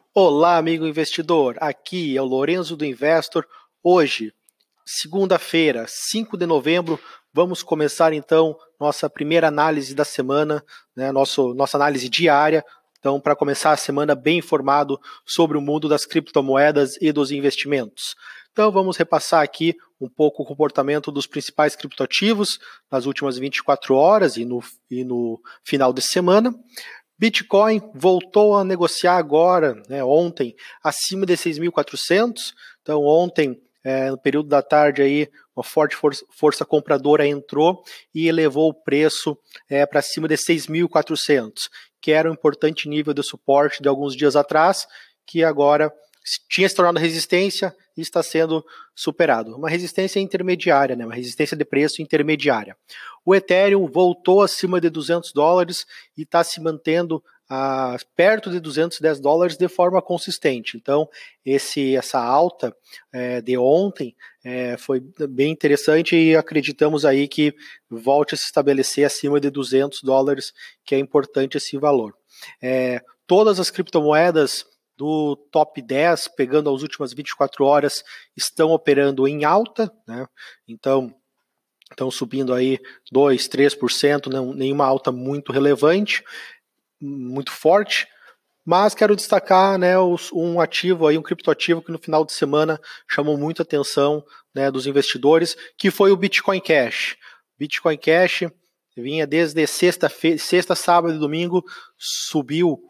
Olá, amigo investidor. Aqui é o Lorenzo do Investor. Hoje, segunda-feira, 5 de novembro, vamos começar então nossa primeira análise da semana, né, nossa análise diária. Então, para começar a semana bem informado sobre o mundo das criptomoedas e dos investimentos. Então, vamos repassar aqui um pouco o comportamento dos principais criptoativos nas últimas 24 horas e no final de semana. Bitcoin voltou a negociar agora, ontem, acima de 6.400. Então, ontem, no período da tarde, aí, uma forte força compradora entrou e elevou o preço para cima de 6.400, que era um importante nível de suporte de alguns dias atrás, que agora tinha se tornado resistência e está sendo superado. Uma resistência intermediária, uma resistência de preço intermediária. O Ethereum voltou acima de $200 e está se mantendo perto de $210 de forma consistente. Então, essa alta de ontem foi bem interessante e acreditamos aí que volte a se estabelecer acima de $200, que é importante esse valor. Todas as criptomoedas do top 10, pegando as últimas 24 horas, estão operando em alta, né? Então, estão subindo aí 2%, 3%, não, nenhuma alta muito relevante, muito forte, mas quero destacar um ativo aí, um criptoativo que no final de semana chamou muita atenção dos investidores, que foi o Bitcoin Cash. Bitcoin Cash vinha desde sexta, sábado e domingo, subiu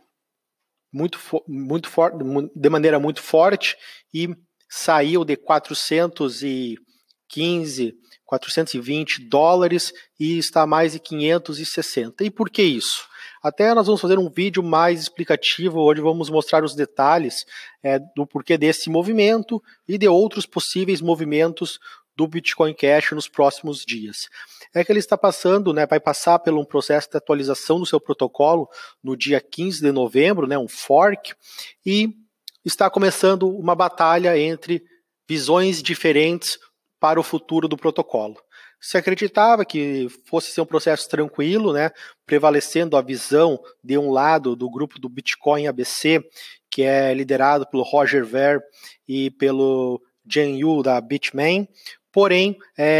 de maneira muito forte e saiu de $420 e está a mais de 560. E por que isso? Até nós vamos fazer um vídeo mais explicativo, onde vamos mostrar os detalhes do porquê desse movimento e de outros possíveis movimentos do Bitcoin Cash nos próximos dias. É que ele está passando, vai passar por um processo de atualização do seu protocolo no dia 15 de novembro, um fork, e está começando uma batalha entre visões diferentes para o futuro do protocolo. Se acreditava que fosse ser um processo tranquilo, prevalecendo a visão de um lado do grupo do Bitcoin ABC, que é liderado pelo Roger Ver e pelo Jian Yu da Bitmain. Porém,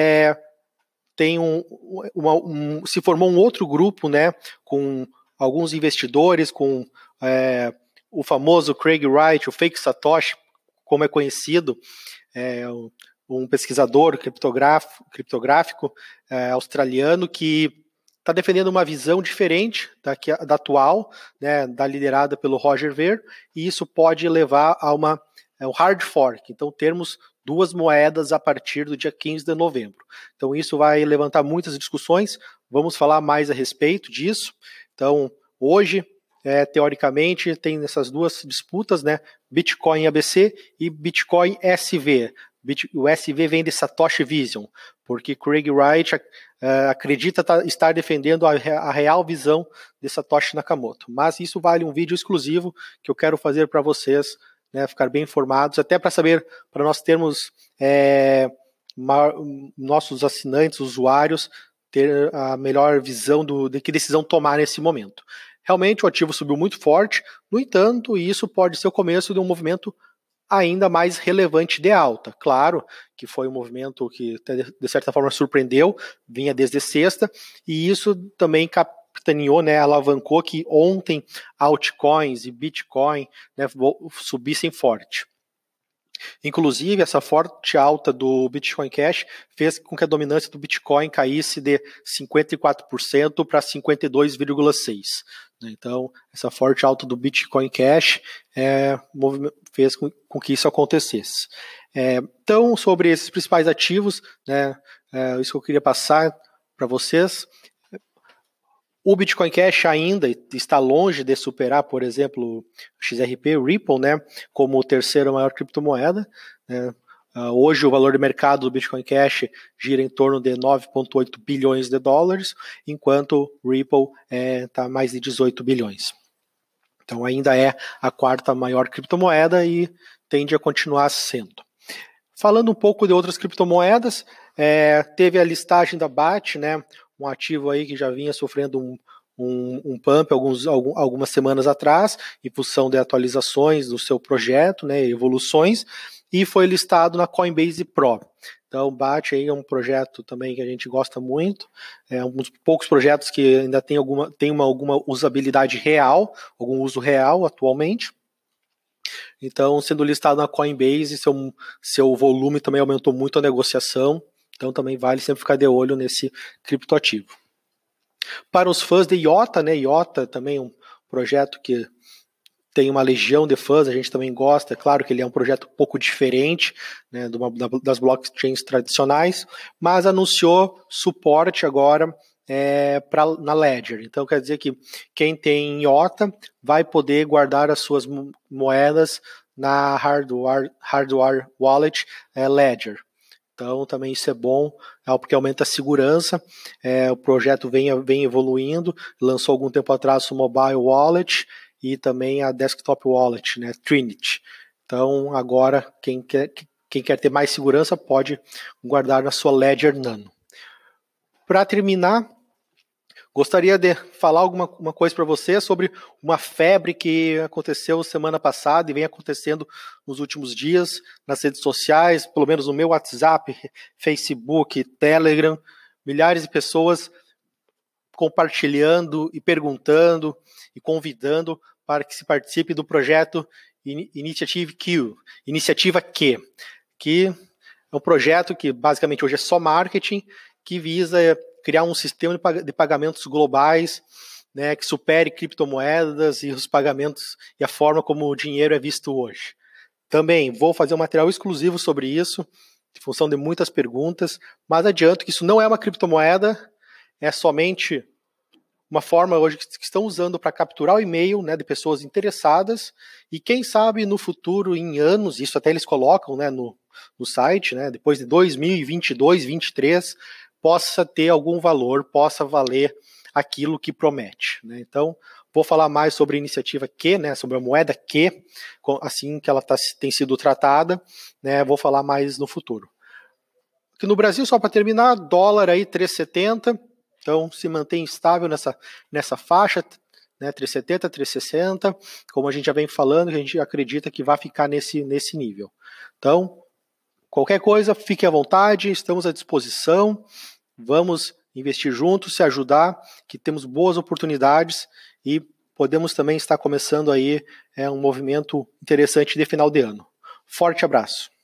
se formou um outro grupo, com alguns investidores, com o famoso Craig Wright, o Fake Satoshi, como é conhecido, um pesquisador criptográfico australiano que está defendendo uma visão diferente da atual, da liderada pelo Roger Ver, e isso pode levar a um hard fork. Então, termos duas moedas a partir do dia 15 de novembro. Então, isso vai levantar muitas discussões, vamos falar mais a respeito disso. Então, hoje, teoricamente, tem essas duas disputas, Bitcoin ABC e Bitcoin SV. O SV vem de Satoshi Vision, porque Craig Wright acredita estar defendendo a real visão de Satoshi Nakamoto. Mas isso vale um vídeo exclusivo que eu quero fazer para vocês, ficar bem informados, até para saber, para nós termos nossos assinantes, usuários, ter a melhor visão de que decisão tomar nesse momento. Realmente o ativo subiu muito forte, no entanto, isso pode ser o começo de um movimento ainda mais relevante de alta. Claro que foi um movimento que, de certa forma, surpreendeu, vinha desde sexta, e isso também capitaneou, alavancou que ontem altcoins e Bitcoin subissem forte. Inclusive, essa forte alta do Bitcoin Cash fez com que a dominância do Bitcoin caísse de 54% para 52,6%. Então, essa forte alta do Bitcoin Cash fez com que isso acontecesse. Então, sobre esses principais ativos, isso que eu queria passar para vocês. O Bitcoin Cash ainda está longe de superar, por exemplo, o XRP, o Ripple, como terceira maior criptomoeda. Hoje o valor de mercado do Bitcoin Cash gira em torno de 9,8 bilhões de dólares, enquanto o Ripple está mais de 18 bilhões. Então ainda é a quarta maior criptomoeda e tende a continuar sendo. Falando um pouco de outras criptomoedas, teve a listagem da BAT, um ativo aí que já vinha sofrendo um pump algumas semanas atrás, em função de atualizações do seu projeto, né, evoluções, e foi listado na Coinbase Pro. Então, BAT aí é um projeto também que a gente gosta muito, é um dos poucos projetos que ainda tem alguma usabilidade real, algum uso real atualmente. Então, sendo listado na Coinbase, seu volume também aumentou muito a negociação, então também vale sempre ficar de olho nesse criptoativo. Para os fãs de IOTA, né, IOTA também é um projeto que tem uma legião de fãs, a gente também gosta, é claro que ele é um projeto um pouco diferente, né, das blockchains tradicionais, mas anunciou suporte agora na Ledger. Então quer dizer que quem tem IOTA vai poder guardar as suas moedas na hardware wallet Ledger. Então também isso é bom, porque aumenta a segurança. O projeto vem evoluindo, lançou algum tempo atrás o Mobile Wallet e também a Desktop Wallet, né, Trinity. Então agora quem quer ter mais segurança pode guardar na sua Ledger Nano. Para terminar, gostaria de falar uma coisa para você sobre uma febre que aconteceu semana passada e vem acontecendo nos últimos dias nas redes sociais, pelo menos no meu WhatsApp, Facebook, Telegram, milhares de pessoas compartilhando e perguntando e convidando para que se participe do projeto Initiative Q, Iniciativa Q, que é um projeto que basicamente hoje é só marketing, que visa criar um sistema de pagamentos globais, né, que supere criptomoedas e os pagamentos e a forma como o dinheiro é visto hoje. Também vou fazer um material exclusivo sobre isso, em função de muitas perguntas, mas adianto que isso não é uma criptomoeda, é somente uma forma hoje que estão usando para capturar o e-mail, né, de pessoas interessadas, e quem sabe no futuro, em anos, isso até eles colocam, né, no site, né, depois de 2022, 2023, possa ter algum valor, possa valer aquilo que promete, né? Então, vou falar mais sobre a iniciativa Q, né, sobre a moeda Q, assim que ela tem sido tratada, né, vou falar mais no futuro. Aqui no Brasil, só para terminar, dólar aí 3,70, então se mantém estável nessa faixa, né, 3,70, 3,60, como a gente já vem falando, a gente acredita que vai ficar nesse nível. Então, qualquer coisa, fique à vontade, estamos à disposição, vamos investir juntos, se ajudar, que temos boas oportunidades e podemos também estar começando aí um movimento interessante de final de ano. Forte abraço.